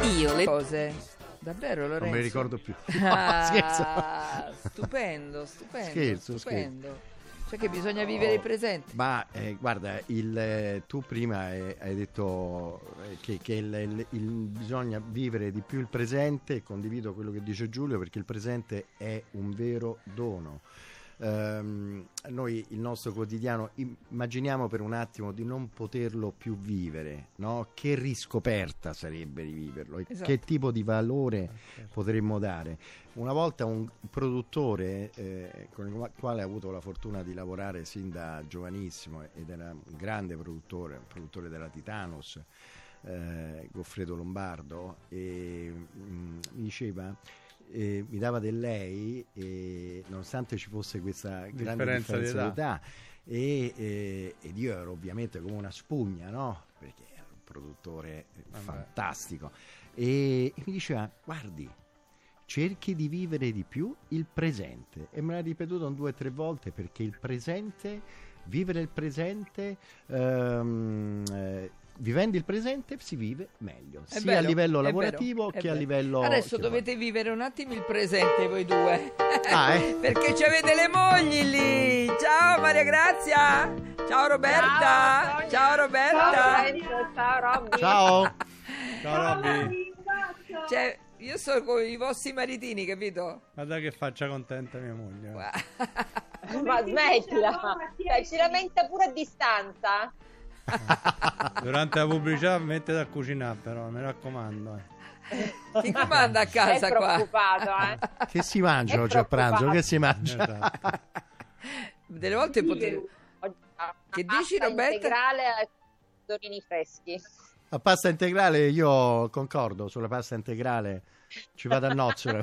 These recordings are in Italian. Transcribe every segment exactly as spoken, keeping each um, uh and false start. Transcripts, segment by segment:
Io le cose. Davvero, Lorenzo? Non me le ricordo più. Ah, scherzo. Stupendo, stupendo. Scherzo, stupendo. Scherzo. Cioè che bisogna vivere il presente. Ma eh, guarda, il, eh, tu prima eh, hai detto eh, che, che il, il, il, bisogna vivere di più il presente, e condivido quello che dice Giulio, perché il presente è un vero dono. Um, noi il nostro quotidiano, immaginiamo per un attimo di non poterlo più vivere, no? Che riscoperta sarebbe di viverlo, esatto. Che tipo di valore potremmo dare. Una volta un produttore eh, con il quale ho avuto la fortuna di lavorare sin da giovanissimo, ed era un grande produttore, un produttore della Titanos, eh, Goffredo Lombardo, e mh, mi diceva, Eh, mi dava del lei, e nonostante ci fosse questa grande differenza, differenza di d'età, e, e, ed io ero ovviamente come una spugna, no? Perché era un produttore Vabbè. fantastico, e, e mi diceva: guardi, cerchi di vivere di più il presente, e me l'ha ripetuto un due o tre volte, perché il presente, vivere il presente, um, eh, vivendo il presente si vive meglio, è sia bello, a livello è lavorativo vero, che vero. a livello... Adesso dovete va. vivere un attimo il presente voi due. Ah, eh? Perché ci avete le mogli lì. Ciao Maria Grazia. Ciao Roberta. Ciao, ciao Roberta. Ciao, ciao Robby. Ciao. Ciao Robby. Cioè, io sono con i vostri maritini, capito? Guarda che faccia contenta mia moglie. Ma smettila. Cioè, ci lamenta pure a distanza. Durante la pubblicità mettete a cucinare, però mi raccomando. Chi comanda a casa è qua? preoccupato, eh? Che si mangia oggi a pranzo? Che si mangia? Esatto. Delle volte potete... Che dici, Roberta? Integrale ai pomodorini freschi. La pasta integrale, io concordo sulla pasta integrale, ci vado a nocciole.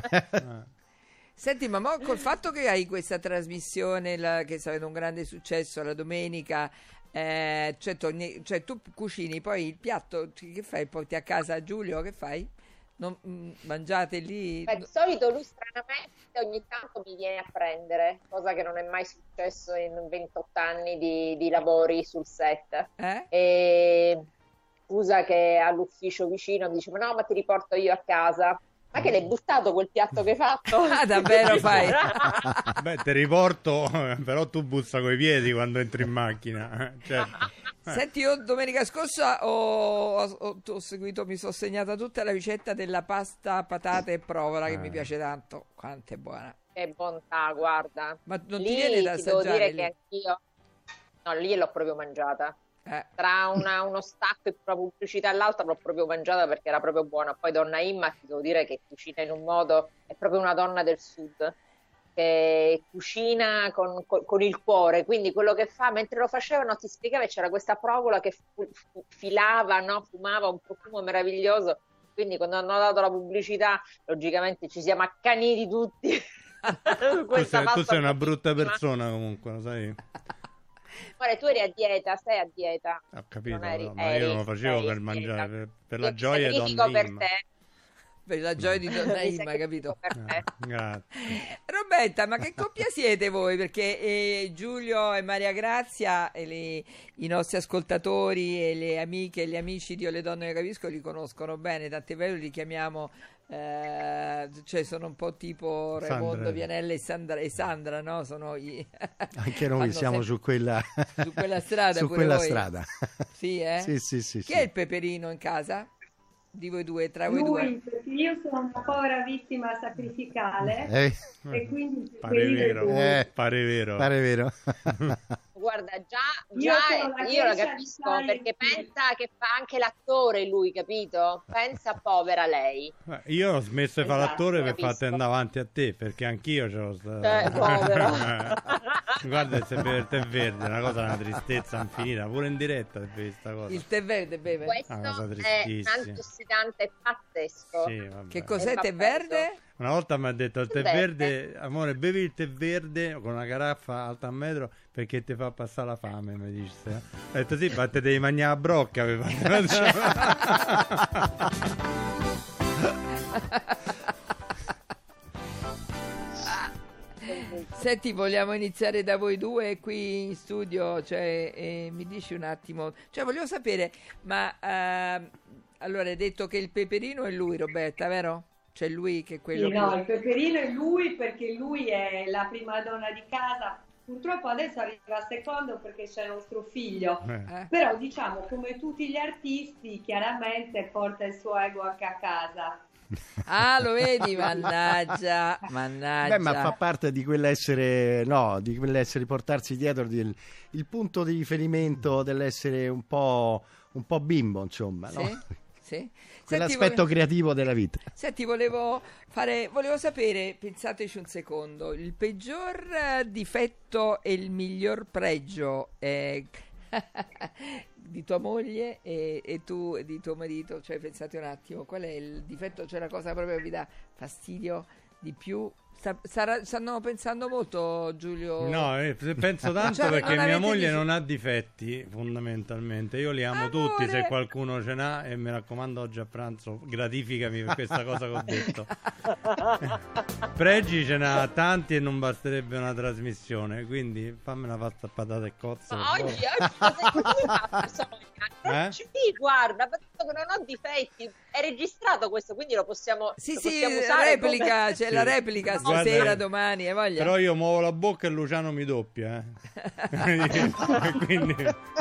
Senti, ma mo col fatto che hai questa trasmissione la, che sta avendo un grande successo la domenica, eh, cioè, torni, cioè tu cucini, poi il piatto che fai? Porti a casa Giulio, che fai? Non, mh, mangiate lì? Beh, di solito lui stranamente ogni tanto mi viene a prendere, cosa che non è mai successo in ventotto anni di, di lavori sul set. Eh? E scusa che all'ufficio vicino dice: ma no, ma ti riporto io a casa. Ma che l'hai buttato quel piatto che hai fatto? Ah, davvero fai? Beh, ti riporto, però tu bussa coi piedi quando entri in macchina. Certo. Senti, io domenica scorsa ho, ho, ho seguito, mi sono segnata tutta la ricetta della pasta, patate e provola, che eh. mi piace tanto. Quanto è buona. Che bontà, guarda. Ma non lì ti viene da ti devo assaggiare? dire Lì? che anch'io... No, lì l'ho proprio mangiata. Eh. Tra una, uno stacco e una pubblicità e l'altra l'ho proprio mangiata perché era proprio buona. Poi donna Imma, ti devo dire che cucina in un modo, è proprio una donna del sud che cucina con, con, con il cuore, quindi quello che fa mentre lo facevano ti spiegava, c'era questa provola che fu, fu, filava, no? Fumava un profumo meraviglioso, quindi quando hanno dato la pubblicità logicamente ci siamo accaniti tutti. tu, sei, tu sei una brutta persona comunque, lo sai? Guarda, tu eri a dieta, sei a dieta. Ho capito, non eri, no, ma eri, io non lo facevo per mangiare, per, per la gioia di Donna per Imma. te. Per la gioia di Donna Imma, capito? Eh, grazie. Roberta, ma che coppia siete voi? Perché eh, Giulio e Maria Grazia e le, i nostri ascoltatori e le amiche e gli amici di Io le donne ne capisco li conoscono bene, tant'è vero li chiamiamo eh, cioè sono un po' tipo Raimondo Sandra. Vianella e Sandra, e Sandra, no? Sono i... Anche noi siamo sempre... su quella su quella strada. su pure quella voi. strada. Sì, eh? Sì, sì, sì. Chi sì. è il peperino in casa? Di voi due, tra voi Lui, due? Perché io sono una povera vittima sacrificale Eh. e quindi Pare vero, Eh. pare vero. Pare vero. Guarda, già, Io già sono la io lo Keisha capisco Stein. perché pensa che fa anche l'attore lui, capito? Pensa povera lei. Eh, Io ho smesso di fare Esatto, l'attore per capisco. farti andare avanti a te, perché anch'io c'ho sta... Cioè, povero. Guarda il tè verde, il tè verde, una cosa, una tristezza infinita, pure in diretta questa cosa. Il tè verde beve? Questo una cosa è un tristissima. antiossidante pazzesco. Sì, vabbè. Che cos'è E tè va verde? Una volta mi ha detto il tè Verde. verde, amore, bevi il tè verde con una caraffa alta a metro perché ti fa passare la fame, mi dice. Ho detto sì, ma te devi mangiare a brocca. Per Senti, vogliamo iniziare da voi due qui in studio, cioè eh, mi dici un attimo, cioè volevo sapere, ma eh, Allora, hai detto che il peperino è lui, Roberta, vero? C'è lui che è quello Sì, che... no, il peperino è lui perché lui è la prima donna di casa. Purtroppo adesso arriva al secondo perché c'è il nostro figlio. Eh. Però diciamo, come tutti gli artisti, chiaramente porta il suo ego anche a casa. Ah, lo vedi? Mannaggia, mannaggia. Beh, ma fa parte di quell'essere, no, di quell'essere portarsi dietro il, il punto di riferimento dell'essere un po', un po' bimbo, insomma, no? Sì, sì. Quell'aspetto Senti, creativo della vita. Senti, volevo fare, volevo sapere, pensateci un secondo, il peggior eh, difetto e il miglior pregio eh, di tua moglie e, e tu e di tuo marito, cioè pensate un attimo, qual è il difetto, cioè la cosa proprio che vi dà fastidio di più? Sta, sarà, stanno pensando molto, Giulio? No, eh, penso tanto Cioè, perché non mia avete moglie dici- non ha difetti, fondamentalmente. Io li amo Amore! tutti, se qualcuno ce n'ha, e mi raccomando oggi a pranzo gratificami per questa cosa che ho detto. Pregi ce n'ha tanti e non basterebbe una trasmissione, quindi fammi una pasta a patate e cozze. Ma per oggi, favore. oggi cosa Sonia? Eh? Sì, guarda, perché che non ho difetti. È registrato questo, quindi lo possiamo, Sì, lo sì, possiamo usare replica, come... c'è Sì. la replica Guarda, stasera, domani, hai voglia? Però io muovo la bocca e Luciano mi doppia, eh. quindi...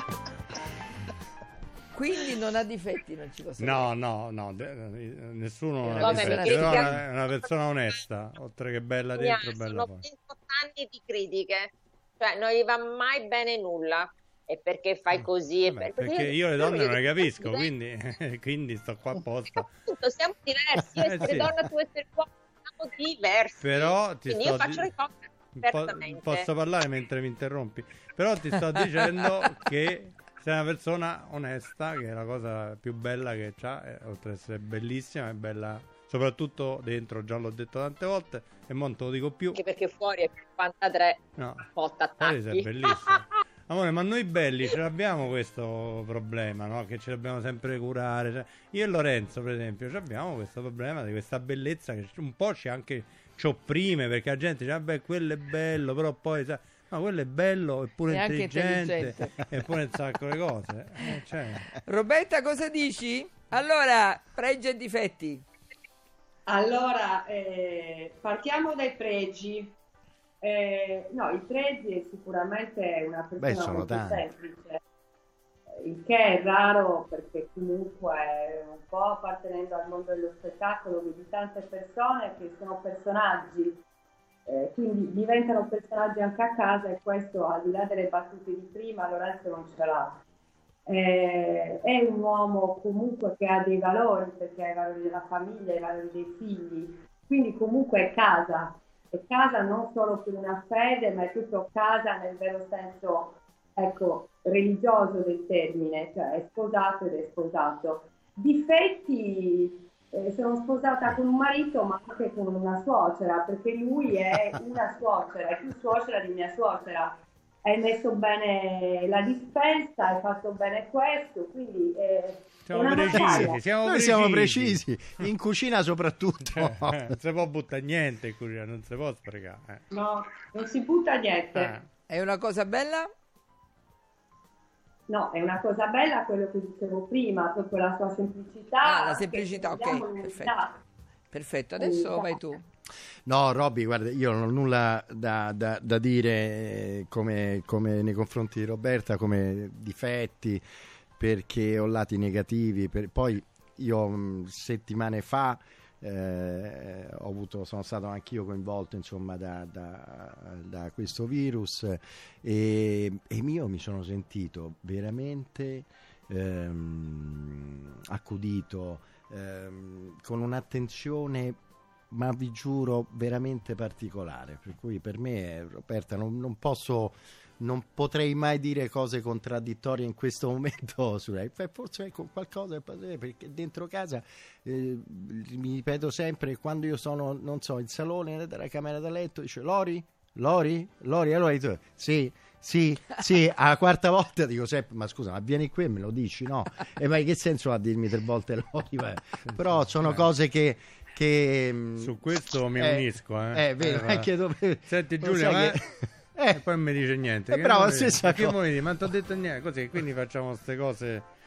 Quindi non ha difetti, non ci posso No, no, no, de- nessuno È ha una difetti. persona Però critica. è una persona onesta, oltre che bella dentro, bella Sono fuori. ventotto anni di critiche, cioè non gli va mai bene nulla. E perché fai così? E Vabbè, per- perché io le donne non le capisco, Diversi. quindi, quindi sto qua apposta. Appunto, siamo diversi, io Eh, essere sì. donna, tu essere uomo, siamo diversi. Però ti Quindi sto io faccio di- le cose Po- apertamente. posso parlare mentre mi interrompi? Però ti sto dicendo che sei una persona onesta, che è la cosa più bella che c'ha, eh, oltre ad essere bellissima, è bella soprattutto dentro, già l'ho detto tante volte, e mo non te lo dico più. Anche perché fuori è cinquantatré, No, botta Fuori sei attacchi. bellissima. Amore, ma noi belli ce l'abbiamo questo problema, no? Che ce dobbiamo sempre curare. Cioè, io e Lorenzo, per esempio, ci abbiamo questo problema di questa bellezza che un po' ci anche ci opprime, perché la gente dice, vabbè, quello è bello, però poi, sai, ma quello è bello, è pure È anche intelligente, intelligente. è pure un sacco di cose. Eh, cioè, Roberta, cosa dici? Allora, pregi e difetti. Allora, eh, partiamo dai pregi. Eh, no, i pregi è sicuramente una persona Beh, sono molto tanti. semplice, il che è raro perché comunque un po' appartenendo al mondo dello spettacolo vedi tante persone che sono personaggi, eh, quindi diventano personaggi anche a casa, e questo, al di là delle battute di prima, Lorenzo non ce l'ha. Eh, è un uomo comunque che ha dei valori, perché ha i valori della famiglia, i valori dei figli, quindi comunque è casa. È casa non solo per una fede, ma è proprio casa nel vero senso, ecco, religioso del termine, cioè è sposato ed è sposato. Difetti, eh, sono sposata con un marito, ma anche con una suocera, perché lui è una suocera, è più suocera di mia suocera. Hai messo bene la dispensa, hai fatto bene questo, quindi eh, è siamo una precisi, battaglia. siamo Noi precisi. siamo precisi, in cucina soprattutto. Eh, eh, non si può buttare niente in cucina, non si può sprecare. Eh. No, non si butta niente. Eh. È una cosa bella? No, è una cosa bella quello che dicevo prima, proprio la sua semplicità. Ah, la anche semplicità, se ok, vogliamo l'umiltà. perfetto. Perfetto, adesso vai tu. No, Robby, guarda, io non ho nulla da, da- da dire eh, come, come nei confronti di Roberta, come difetti, perché ho lati negativi. Per- poi io mh, settimane fa eh, ho avuto, sono stato anch'io coinvolto, insomma, da, da- da questo virus, e, e io mi sono sentito veramente ehm, accudito, ehm, con un'attenzione, ma vi giuro, veramente particolare. Per cui per me, Roberta, non, non posso, non potrei mai dire cose contraddittorie in questo momento su lei. Forse ecco qualcosa, perché dentro casa eh, mi ripeto sempre, quando io sono, non so, in salone della camera da letto, dice Lori, Lori, Lori, allora tu, sì, sì, sì, alla quarta volta dico sempre, ma scusa, ma vieni qui e me lo dici, no? E ma che senso ha dirmi tre volte Lori? Beh, però sono cose che che Su questo mi eh, unisco, eh. eh, vero, Eh, anche dove, Senti lo Giulia, sai ma... che- e eh, poi non mi dice niente. Eh, Che bravo, mo mi- stessa che cosa. mo mi dici, ma ti ho detto niente, così, quindi facciamo queste cose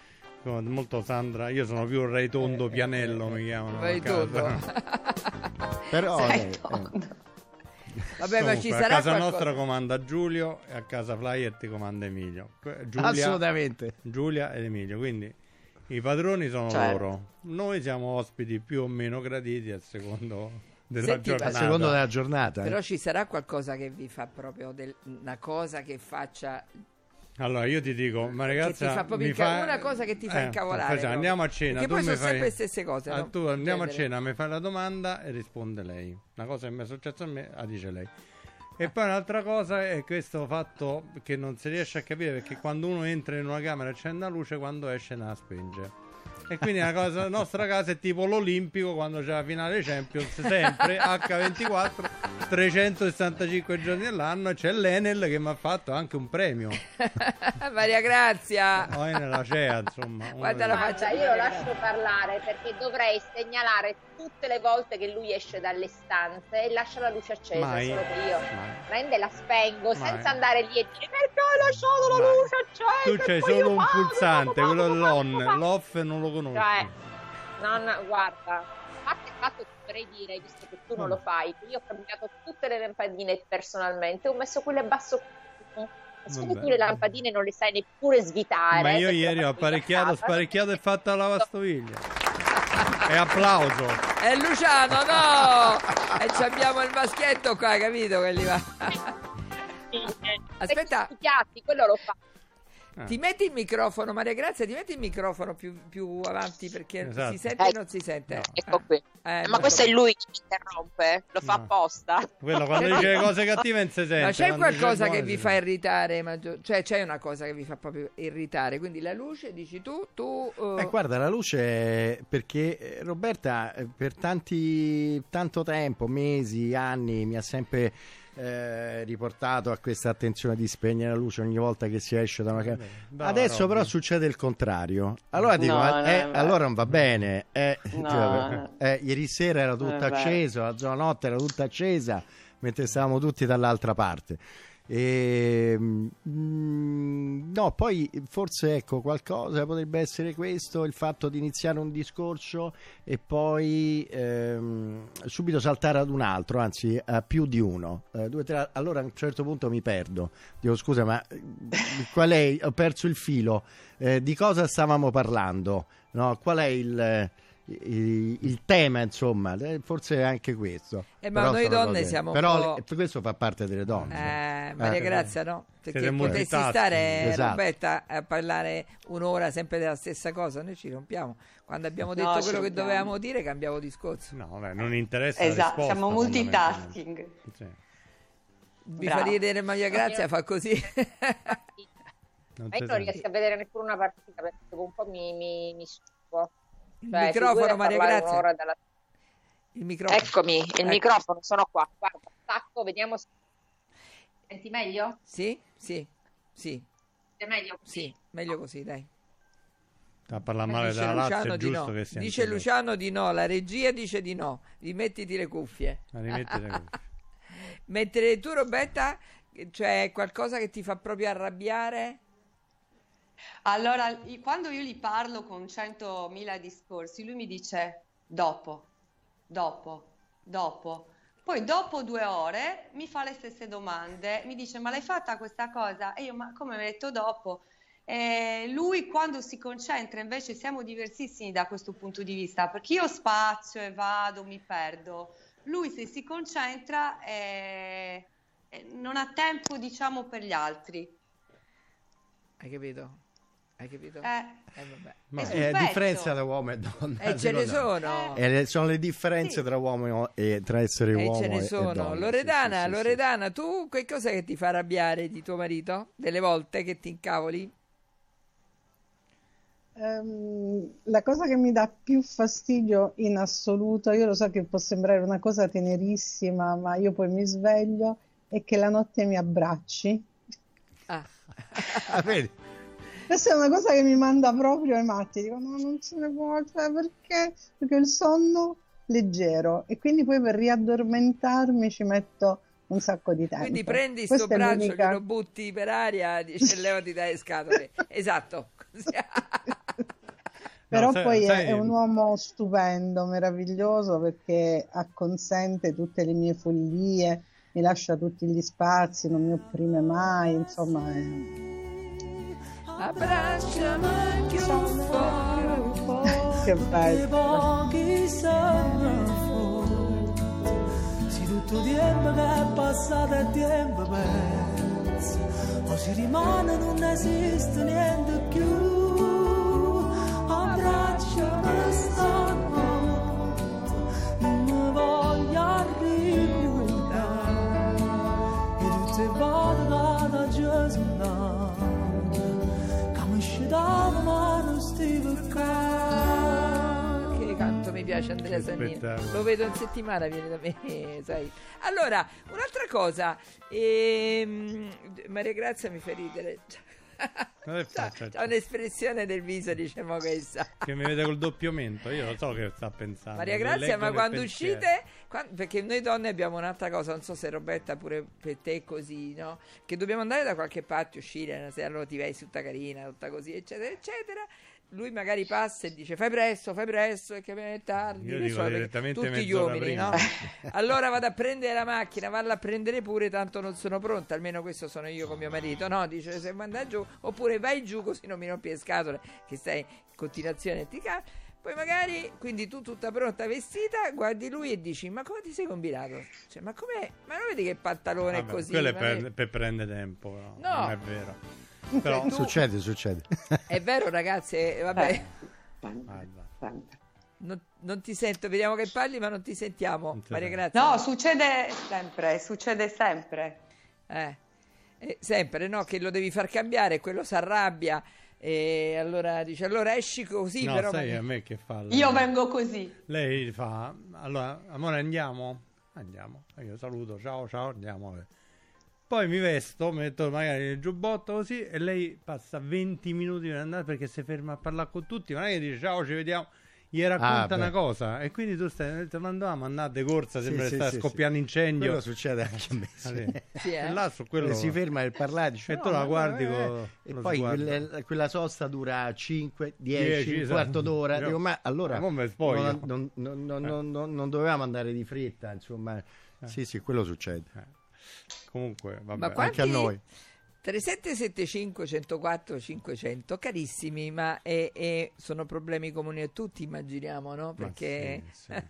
molto Sandra, io sono più Ray Tondo Pianello, mi chiamano. Ray Tondo. Però Sei eh, tondo. Vabbè, ma ci Comunque, sarà a casa qualcosa... nostra comanda Giulio e a casa Flyer ti comanda Emilio. Que- Giulia, assolutamente. Giulia ed Emilio, quindi i padroni sono Certo. loro. Noi siamo ospiti più o meno graditi a secondo della Senti, ma- A giornata. secondo della giornata. eh. Però ci sarà qualcosa che vi fa proprio del- una cosa che faccia Allora io ti dico, ma che ragazza, ti fa proprio mi inca- fa... una cosa che ti fa Eh, incavolare facciamo, proprio. andiamo a cena, Perché tu poi mi sono fai... sempre le stesse cose, Ah, no? tu andiamo a Genere. cena, mi fai la domanda e risponde lei. Una cosa che mi è successa a me, la dice lei. E poi un'altra cosa è questo fatto che non si riesce a capire, perché quando uno entra in una camera accende la luce, quando esce la spenge. E quindi la cosa, la nostra casa è tipo l'Olimpico quando c'è la finale Champions, sempre acca ventiquattro, trecentosessantacinque giorni all'anno, e c'è l'Enel che mi ha fatto anche un premio. Maria Grazia. Poi nella C E A, insomma. uno Guarda dei- la faccia Guarda, di io lo Maria lascio Grazia. parlare perché dovrei segnalare tutte le volte che lui esce dalle stanze e lascia la luce accesa, Mai. solo che io Mai. prende e la spengo Mai. senza andare lì e dire perché hai lasciato la Mai. luce accesa. Tu e c'hai poi solo io un pago, pulsante, pago, quello è pago, l'on, pago, pago. l'off non lo conosci. Cioè, non, guarda, a parte il fatto che dovrei dire, visto che tu non lo fai, che io ho cambiato tutte le lampadine personalmente, ho messo quelle a basso consumo. So che Vabbè. tu le lampadine non le sai neppure svitare. Ma io perché ieri lo ho fai qui a apparecchiato, casa. sparecchiato e fatto la lavastoviglie. E applauso. È Luciano, no! E ci abbiamo il maschietto qua, capito? Quelli va. Aspetta. I piatti, quello lo fa. Ah. Ti metti il microfono, Maria Grazia, ti metti il microfono più, più avanti perché Esatto. si sente o Eh, non si sente? no. Ecco qui. Eh, Ma questo è lui che mi interrompe, lo fa No. apposta. Quello quando dice le cose cattive non si sente. Ma c'è quando dice qualcosa buone che si vi fa sente. irritare? maggior- Cioè c'è una cosa che vi fa proprio irritare, quindi la luce, dici tu, tu... eh, Eh, guarda, la luce è perché eh, Roberta eh, per tanti, tanto tempo, mesi, anni, mi ha sempre eh, riportato a questa attenzione di spegnere la luce ogni volta che si esce da una camera. Brava, Adesso Robby. però succede il contrario. Allora dico, No, ma- non eh, è vero. allora non va bene. eh, No, cioè, no. eh, ieri sera era Non è tutto vero. acceso, la zona notte era tutta accesa, mentre stavamo tutti dall'altra parte. E, mm, no, poi forse ecco qualcosa potrebbe essere questo, il fatto di iniziare un discorso e poi ehm, subito saltare ad un altro, anzi a più di uno. Eh, due, tre, allora a un certo punto mi perdo, dico scusa, ma eh, qual è? Ho perso il filo. Eh, di cosa stavamo parlando? No? Qual è il, il, il tema, insomma? Eh, forse è anche questo. Eh, ma Però noi sono donne cose- siamo un però po'- le- questo fa parte delle donne. Eh, Maria Eh, Grazia, no? Perché Siete potessi multitasking. stare, Esatto. Roberta, a parlare un'ora sempre della stessa cosa, noi ci rompiamo. Quando abbiamo detto No, ci quello che rompiamo. dovevamo dire, cambiavo discorso. No, vabbè, non interessa la Esatto, risposta, siamo multitasking. fondamentalmente. Sì. Vi Bravo. fa ridere Maria Grazia, fa così. Non Ma si io non sente. riesco a vedere neppure una partita perché dopo un po' mi, mi, mi stufo. Il Cioè, microfono, figurati a Maria parlare Grazia. un'ora dalla- Il microfono. Eccomi, il Ecco. microfono, sono qua. Guarda, stacco, vediamo se... Senti meglio? Sì? Sì, sì, Senti meglio? sì, meglio così, dai. A parlare male Dice della Lazio Luciano è di giusto no. che sia. Dice Luciano di no, la regia dice di no. Rimettiti le cuffie. Rimettete qui. Mentre tu, Roberta, c'è qualcosa che ti fa proprio arrabbiare? Allora, i- quando io gli parlo con centomila discorsi, lui mi dice dopo, dopo, dopo. Poi dopo due ore mi fa le stesse domande, mi dice ma l'hai fatta questa cosa? E io ma come mi hai detto dopo? E lui quando si concentra, invece siamo diversissimi da questo punto di vista, perché io spazio e vado, mi perdo. Lui se si concentra eh, eh, non ha tempo, diciamo, per gli altri. Hai capito? Hai capito? Eh, Eh, vabbè. Ma- è sul È pezzo. differenza tra uomo e donna. E ce ne secondo me. sono. E le- sono le differenze Sì. tra uomo e tra essere E uomo ce ne e- e sono. donna. Loredana, Sì, sì, sì, sì. Loredana, tu che cos'è che ti fa arrabbiare di tuo marito? Delle volte che ti incavoli? Ehm, la cosa che mi dà più fastidio in assoluto, io lo so che può sembrare una cosa tenerissima, ma io poi mi sveglio, è che la notte mi abbracci. Ah. Ah, vedi? Questa è una cosa che mi manda proprio ai matti. Dico, no, non se ne può, cioè, perché? Perché ho il sonno leggero e quindi poi per riaddormentarmi ci metto un sacco di tempo. Quindi prendi sto Questa è braccio, l'unica- glielo butti per aria, dice levati dalle scatole. Esatto. Così. Però No, sai- poi è, sai- è un uomo stupendo, meraviglioso, perché acconsente tutte le mie follie, mi lascia tutti gli spazi, non mi opprime mai, insomma, è... Abbracciami anche un po'. che bello. pochi sanno se tutto tempo che è passato è tempo perso o si rimane non esiste niente più. Abbracciami stanotte, non mi voglio ricordare e tutte le volte che già che mi scitava ma non stivo Che canto mi piace Andrea Che Sannino, spettacolo. lo vedo in settimana, viene da me, sai. Allora, un'altra cosa, ehm, Maria Grazia mi fa ridere. Cosa C'ha, faccio? c'ha un'espressione del viso, diciamo questa. Che mi vede col doppio mento, io lo so che sta pensando. Maria le Grazia, leggo ma nel quando pensiero. uscite, quan- perché noi donne abbiamo un'altra cosa, non so se Roberta pure per te è così, no? Che dobbiamo andare da qualche parte, uscire, una sera, allora ti vedi tutta carina, tutta così, eccetera, eccetera. Lui magari passa e dice fai presto, fai presto, perché è tardi. Io Che dico so, perché direttamente tutti gli mezz'ora uomini, prima. no? Allora vado a prendere la macchina, valla a prendere pure, tanto non sono pronta, almeno questo sono io con mio marito, no? Dice se manda giù, oppure vai giù così non mi rompi le scatole, che stai in continuazione e ti ca- Poi magari, quindi tu tutta pronta, vestita, guardi lui e dici ma come ti sei combinato? Cioè, ma come, ma non vedi che pantalone è Vabbè, così? quello è Ma per, vedi- per prendere tempo, no, No. non è vero. Però, tu- Succede, succede. È vero ragazzi, eh, vabbè, guarda, non, non ti sento, vediamo che parli ma non ti sentiamo, Non ti Maria sento. Grazia. No, succede sempre, succede sempre. Eh, eh, sempre, no? Che lo devi far cambiare, quello si arrabbia e allora dice allora esci così, no, però sai ma- a me che fa? Io vengo così. Lei fa, allora, amore andiamo? Andiamo. E io saluto, ciao, ciao, andiamo. Poi mi vesto, metto magari il giubbotto così e lei passa venti minuti per andare perché si ferma a parlare con tutti, ma non è che dice ciao, ci vediamo. Gli racconta Ah, una beh. cosa e quindi tu stai, ma andavamo, andate corsa, Sì, sembra sì, che sta sì, scoppiando incendio. Quello succede anche a me. Ah, sì. sì. Sì, eh? E là su quello Si ferma per parlare, dice, E tu "No, la ma- guardi eh". con E lo poi sguardo. quelle- quella sosta dura cinque, dieci, Dieci, un esatto. quarto d'ora. Io- Dico, ma allora Ma mo me spoglio. non, non- non- non- non- non- non dovevamo andare di fretta, insomma. Sì, sì, quello succede. Comunque, vabbè. Ma quanti... Anche a noi. tre sette sette cinque uno zero quattro cinquecento, carissimi, ma è- è- sono problemi comuni a tutti, immaginiamo, no? Ma Perché sì, sì.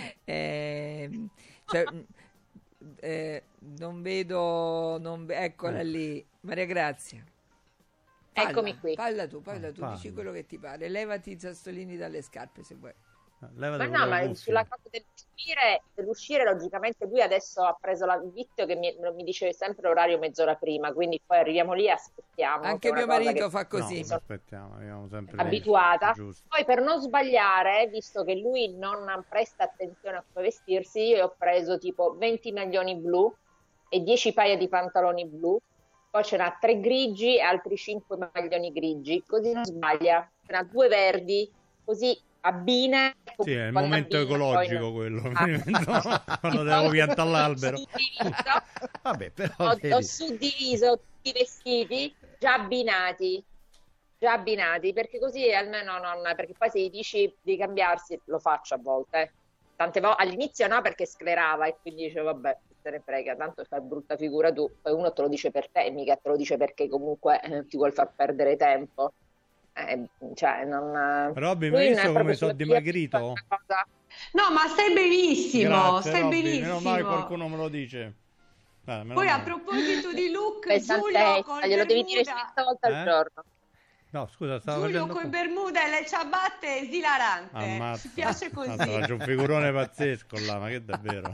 ehm, cioè, mh, eh, non vedo, non ve- eccola lì, Maria Grazia. Parla, Eccomi qui. Parla tu, parla tu, Parla. dici quello che ti pare, levati i sassolini dalle scarpe se vuoi. Levate Ma pure no, le ma cuffie. sulla cosa dell'uscire, dell'uscire, logicamente lui adesso ha preso la- il vizio che mi, mi dice sempre l'orario mezz'ora prima, quindi poi arriviamo lì e aspettiamo. che Anche è una mio cosa marito che fa così. No, aspettiamo, andiamo sempre abituata. giusto. Poi per non sbagliare, visto che lui non presta attenzione a come vestirsi, io ho preso tipo venti maglioni blu e dieci paia di pantaloni blu, poi ce n'ha tre grigi e altri cinque maglioni grigi, così non sbaglia. Ce n'ha due verdi, così abbina. Sì, è il quando momento abbina, ecologico poi non- quello. Ah. Quando devo piantare l'albero. Ho suddiviso, Vabbè, però ho, ho vedi, suddiviso tutti i vestiti già abbinati, già abbinati, perché così almeno non... perché poi se gli dici di cambiarsi, lo faccio a volte. eh. Tante volte all'inizio no, perché sclerava e quindi dice vabbè, te ne frega, tanto fai brutta figura tu. Poi uno te lo dice per te, mica te lo dice perché comunque eh, ti vuol far perdere tempo. Eh, cioè, non... Robby, mi lui hai non visto è come proprio sono sulla dimagrito? via di fare una cosa- No, ma stai benissimo, Grazie, stai Robby, benissimo. meno male qualcuno me lo dice. Dai, meno Poi a male. proposito di look, Pesantezza, Giulio con glielo devi dire Bermuda, cento volte Eh? al giorno. No, scusa, stavo Giulio facendo... con Bermuda e le ciabatte è esilarante. Ammazza. Ci piace così. Ammazza, faccio un figurone pazzesco là, ma che davvero?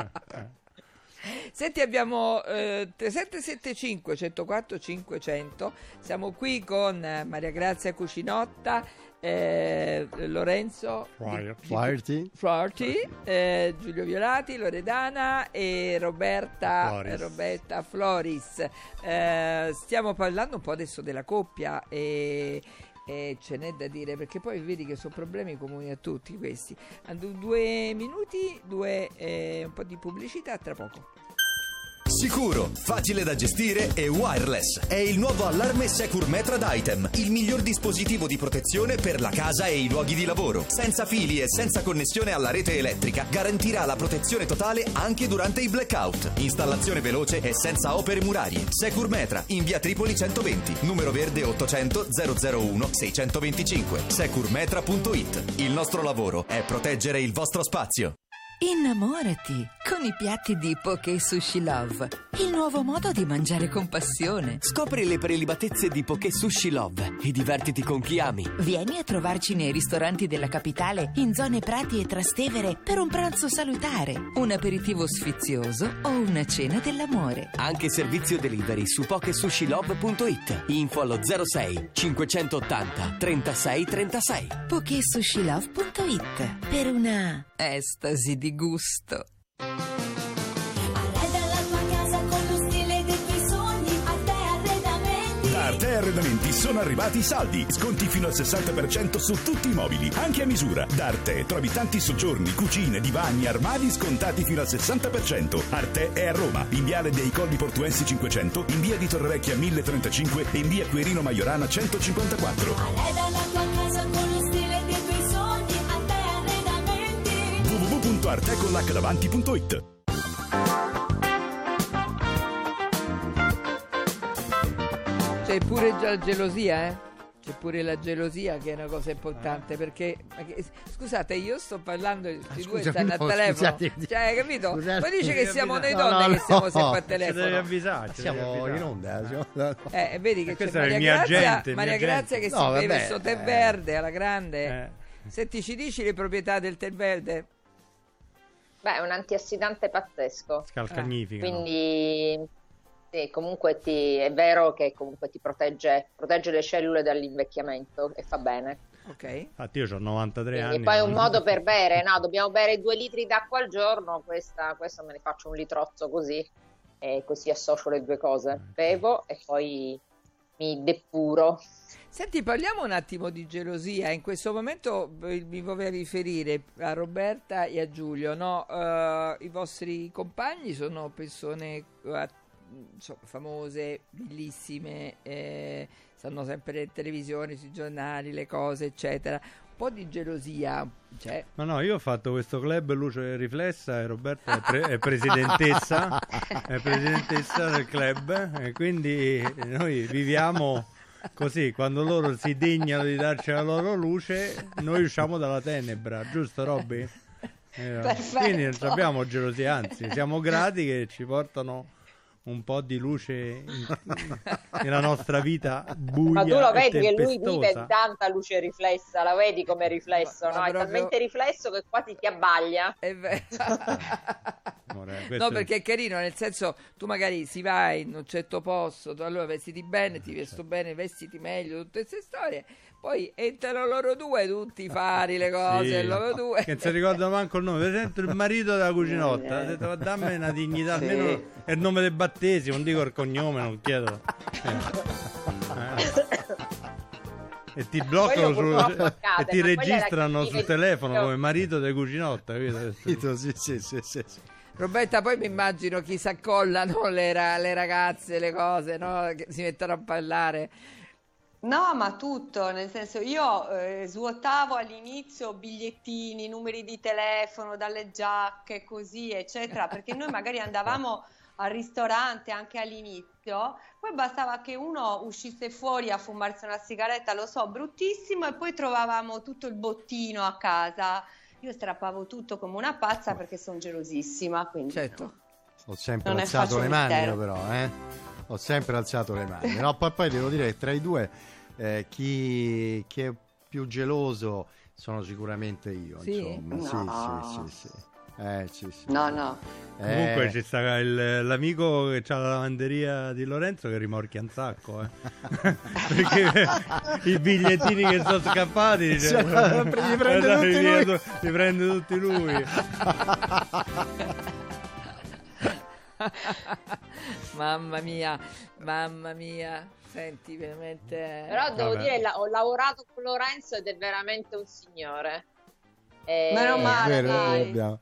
Senti, abbiamo eh, tre sette sette cinque uno zero quattro cinquecento, siamo qui con eh, Maria Grazia Cucinotta, eh, Lorenzo Fryer. Flaherty. Flaherty, eh, Giulio Violati, Loredana e Roberta Floris. eh, Roberta Floris. Eh, stiamo parlando un po' adesso della coppia e, e ce n'è da dire, perché poi vedi che sono problemi comuni a tutti questi. Ando due minuti, due, eh, un po' di pubblicità, tra poco. Sicuro, facile da gestire e wireless. È il nuovo allarme Securmetra da Item, il miglior dispositivo di protezione per la casa e i luoghi di lavoro. Senza fili e senza connessione alla rete elettrica, garantirà la protezione totale anche durante i blackout. Installazione veloce e senza opere murarie. Securmetra, in via Tripoli centoventi, numero verde ottocento zero zero uno seicentoventicinque. securmetra punto it. Il nostro lavoro è proteggere il vostro spazio. Innamorati con i piatti di Poké Sushi Love, il nuovo modo di mangiare con passione. Scopri le prelibatezze di Poké Sushi Love e divertiti con chi ami. Vieni a trovarci nei ristoranti della capitale, in zone Prati e Trastevere, per un pranzo salutare, un aperitivo sfizioso o una cena dell'amore. Anche servizio delivery su poké sushi love punto it. Info allo zero sei cinquecentottanta trentasei trentasei. poké sushi love punto it per una estasi di gusto. Arreda la tua casa con lo stile dei tuoi sogni. Arte Arredamenti. Da Arte Arredamenti sono arrivati i saldi. Sconti fino al sessanta per cento su tutti i mobili, anche a misura. Da Arte trovi tanti soggiorni, cucine, divani, armadi scontati fino al sessanta per cento. Arte è a Roma, in viale dei Colli Portuensi cinquecento, in via di Torrevecchia mille trentacinque e in via Quirino Maiorana centocinquantaquattro. Arreda la tua casa con lo stile dei tuoi sogni. Arte Arredamenti. w w w punto arte con l'H davanti punto it. C'è pure già la gelosia, eh? C'è pure la gelosia che è una cosa importante, perché scusate, io sto parlando e tutti e due Scusami, stanno no, al telefono, scusate, cioè, hai capito? scusate. Poi dice che siamo noi No, donne no, che siamo no. sempre al Ci devi telefono. avvisare, ci devi Siamo avvisare. in onda. Siamo... Eh, vedi che E c'è questo è il Maria mio Grazia, agente, il Maria mio Grazia che agente. si No, beve vabbè, il suo tè eh. verde alla grande. Eh. Senti, ci dici le proprietà del tè verde? Beh, è un antiossidante pazzesco. Scalcagnifica. Quindi sì, comunque ti, è vero che comunque ti protegge, protegge le cellule dall'invecchiamento e fa bene. Ok. Infatti io ho novantatré Quindi anni. poi è no? un modo per bere, no? Dobbiamo bere due litri d'acqua al giorno, questa, questo me ne faccio un litrozzo così, e così associo le due cose. Bevo e poi mi depuro. Senti, parliamo un attimo di gelosia. In questo momento eh, mi vorrei riferire a Roberta e a Giulio, no? Eh, i vostri compagni sono persone eh, so, famose, bellissime, eh, stanno sempre in televisione, sui giornali, le cose, eccetera. Un po' di gelosia c'è. Ma no, io ho fatto questo club luce riflessa e Roberta è, pre- è presidentessa, è presidentessa del club, e quindi noi viviamo così. Quando loro si degnano di darci la loro luce, noi usciamo dalla tenebra, giusto Robby? Eh, quindi non abbiamo gelosia, anzi siamo grati che ci portano un po' di luce in, nella nostra vita buia. Ma tu lo e vedi che lui tempestosa. vive in tanta luce riflessa, la vedi come riflesso, Ma- no? ma È proprio- talmente riflesso che quasi ti abbaglia. È vero. Amore, questo No, è- perché è carino, nel senso, tu magari si vai in un certo posto, tu allora vestiti bene, ti vesto bene, vestiti meglio, tutte queste storie. Poi entrano loro due, tutti fari, le cose, Sì, loro due. che non si ricorda manco il nome, per esempio il marito della cuginotta ha detto: "Ma dammi una dignità, Sì. almeno è il nome del battesimo, non dico il cognome, non chiedo Eh. E ti bloccano Quello su, purtroppo accade, e ti ma quella è la registrano cattiva sul telefono educazione. come marito della cuginotta, capito? Sì, sì, sì, sì, sì. Roberta, poi mi immagino chi si accollano le, ra- le ragazze, le cose, no? Che si mettono a parlare. No, ma tutto, nel senso io eh, svuotavo all'inizio bigliettini, numeri di telefono, dalle giacche, così, eccetera, perché noi magari andavamo al ristorante anche all'inizio, poi bastava che uno uscisse fuori a fumarsi una sigaretta, lo so, bruttissimo, e poi trovavamo tutto il bottino a casa. Io strappavo tutto come una pazza perché sono gelosissima, quindi Certo. Ho sempre Non è alzato facile le mani intero. io però, eh. Ho sempre alzato le mani. No, poi, poi devo dire che tra i due eh, chi, chi è più geloso sono sicuramente io, Sì? insomma. No. Sì, sì, sì, sì. Eh, sì, sì. no, no. Comunque Eh, ci sta il- l'amico che ha la lavanderia di Lorenzo che rimorchia un sacco, eh. Perché i bigliettini che sono scappati dice, Cioè, li prende Eh, tutti li- lui. li prende tutti lui. Mamma mia, mamma mia. Senti, veramente... Però devo Vabbè. dire, la- ho lavorato con Lorenzo ed è veramente un signore. Eh, Meno è male, vero, dai. abbiamo- eh,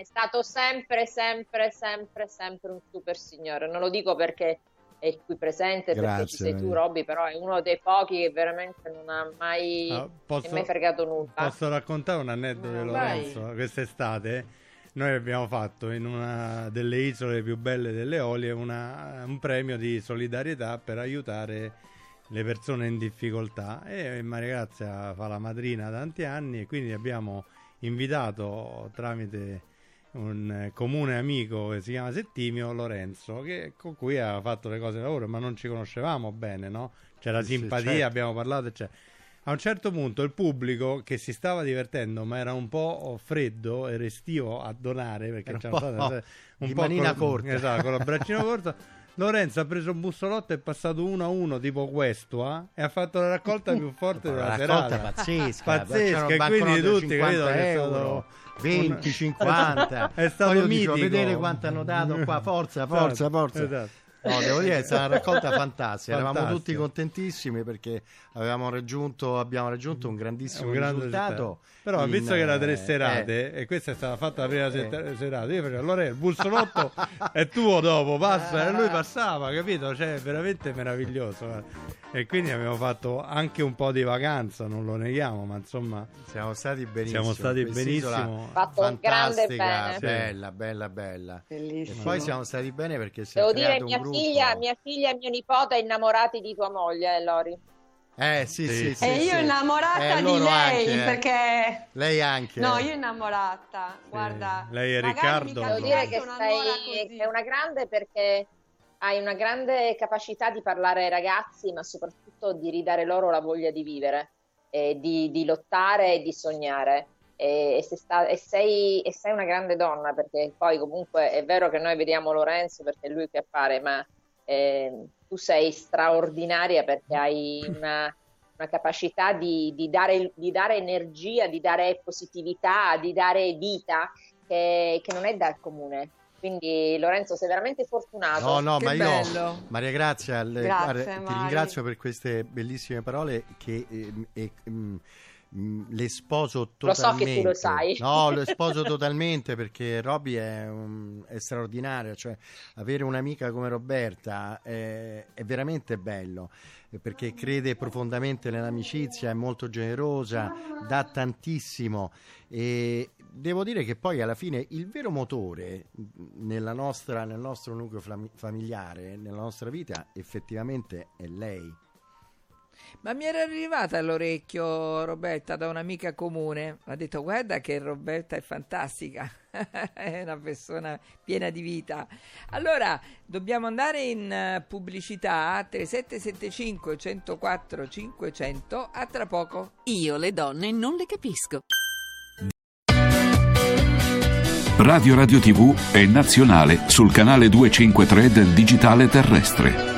è stato sempre, sempre, sempre, sempre un super signore. Non lo dico perché è qui presente, Grazie, perché ci sei tu, Maria. Robby, però è uno dei pochi che veramente non ha mai, Ah, posso- è mai fregato nulla. Posso raccontare un aneddoto di Vai. Lorenzo? Quest'estate noi abbiamo fatto in una delle isole più belle delle Eolie una- un premio di solidarietà per aiutare le persone in difficoltà, e Maria Grazia fa la madrina da tanti anni, e quindi abbiamo invitato tramite un eh, comune amico che si chiama Settimio, Lorenzo, che, con cui ha fatto le cose di lavoro, ma non ci conoscevamo bene, no? C'era Sì, sì, simpatia, certo. abbiamo parlato, eccetera. A un certo punto il pubblico, che si stava divertendo ma era un po' freddo e restivo a donare, perché Era c'era un po' stata di manina col- corta. esatto, con il braccino corto. Lorenzo ha preso un bussolotto, è passato uno a uno tipo questo, eh, e ha fatto la raccolta più forte della Una serata. raccolta pazzesca, pazzesca, c'erano e quindi banconote da tutti credo cinquanta che è euro, stato venti, un- cinquanta. è stato Poi io dicevo, mitico. vedere quanto hanno dato qua, forza, forza, Esatto, forza. esatto. No, devo dire, è stata una raccolta fantastica. Eravamo Fantastica. tutti contentissimi perché avevamo raggiunto, abbiamo raggiunto un grandissimo Un grande risultato. Però in, visto che era tre eh, serate, e questa è stata fatta la prima seta- serata, io facevo, allora il bussolotto è tuo dopo, passa, e lui passava, capito? Cioè, è veramente meraviglioso, guarda. E quindi abbiamo fatto anche un po' di vacanza, non lo neghiamo, ma insomma siamo stati benissimo. siamo stati Quest'isola benissimo. Fatto un grande fantastica, bene. bella, bella, bella. Bellissimo. E poi siamo stati bene perché si è Devo creato dire, un mia gruppo. figlia, mia figlia e mio nipote innamorati di tua moglie, eh, Lori. Eh sì, sì, Sì. sì. E io sì. innamorata Eh, di loro lei, anche, eh. perché... Lei anche. No, io innamorata, guarda. Lei e magari Riccardo. mi Devo Allora. dire candidasse che una sei, nuora così. che è una grande, perché hai una grande capacità di parlare ai ragazzi, ma soprattutto di ridare loro la voglia di vivere, e di, di lottare e di sognare. E, e, se sta- e sei, e sei una grande donna, perché poi comunque è vero che noi vediamo Lorenzo perché è lui che appare, ma eh, tu sei straordinaria perché hai una, una capacità di, di dare, di dare energia, di dare positività, di dare vita che, che non è dal comune. Quindi Lorenzo, sei veramente fortunato. No, no, Che ma io, bello. Maria Grazia, le- Grazie, guarda, ti Mari. ringrazio per queste bellissime parole che ehm, e, mm, mm, le sposo Lo so totalmente. che tu lo sai. No, le sposo totalmente perché Robby è, un- è straordinaria, cioè avere un'amica come Roberta è, è veramente bello, eh, perché crede profondamente nell'amicizia, è molto generosa, dà tantissimo, e devo dire che poi alla fine il vero motore nella nostra, nel nostro nucleo fami- familiare, nella nostra vita, effettivamente è lei. Ma mi era arrivata all'orecchio, Roberta, da un'amica comune. Ha detto: guarda che Roberta è fantastica, è una persona piena di vita. Allora, dobbiamo andare in eh, pubblicità. Tre sette sette cinque, uno zero quattro, cinquecento. A tra poco. Io le donne non le capisco. Radio Radio tivù è nazionale sul canale duecentocinquantatré del digitale terrestre.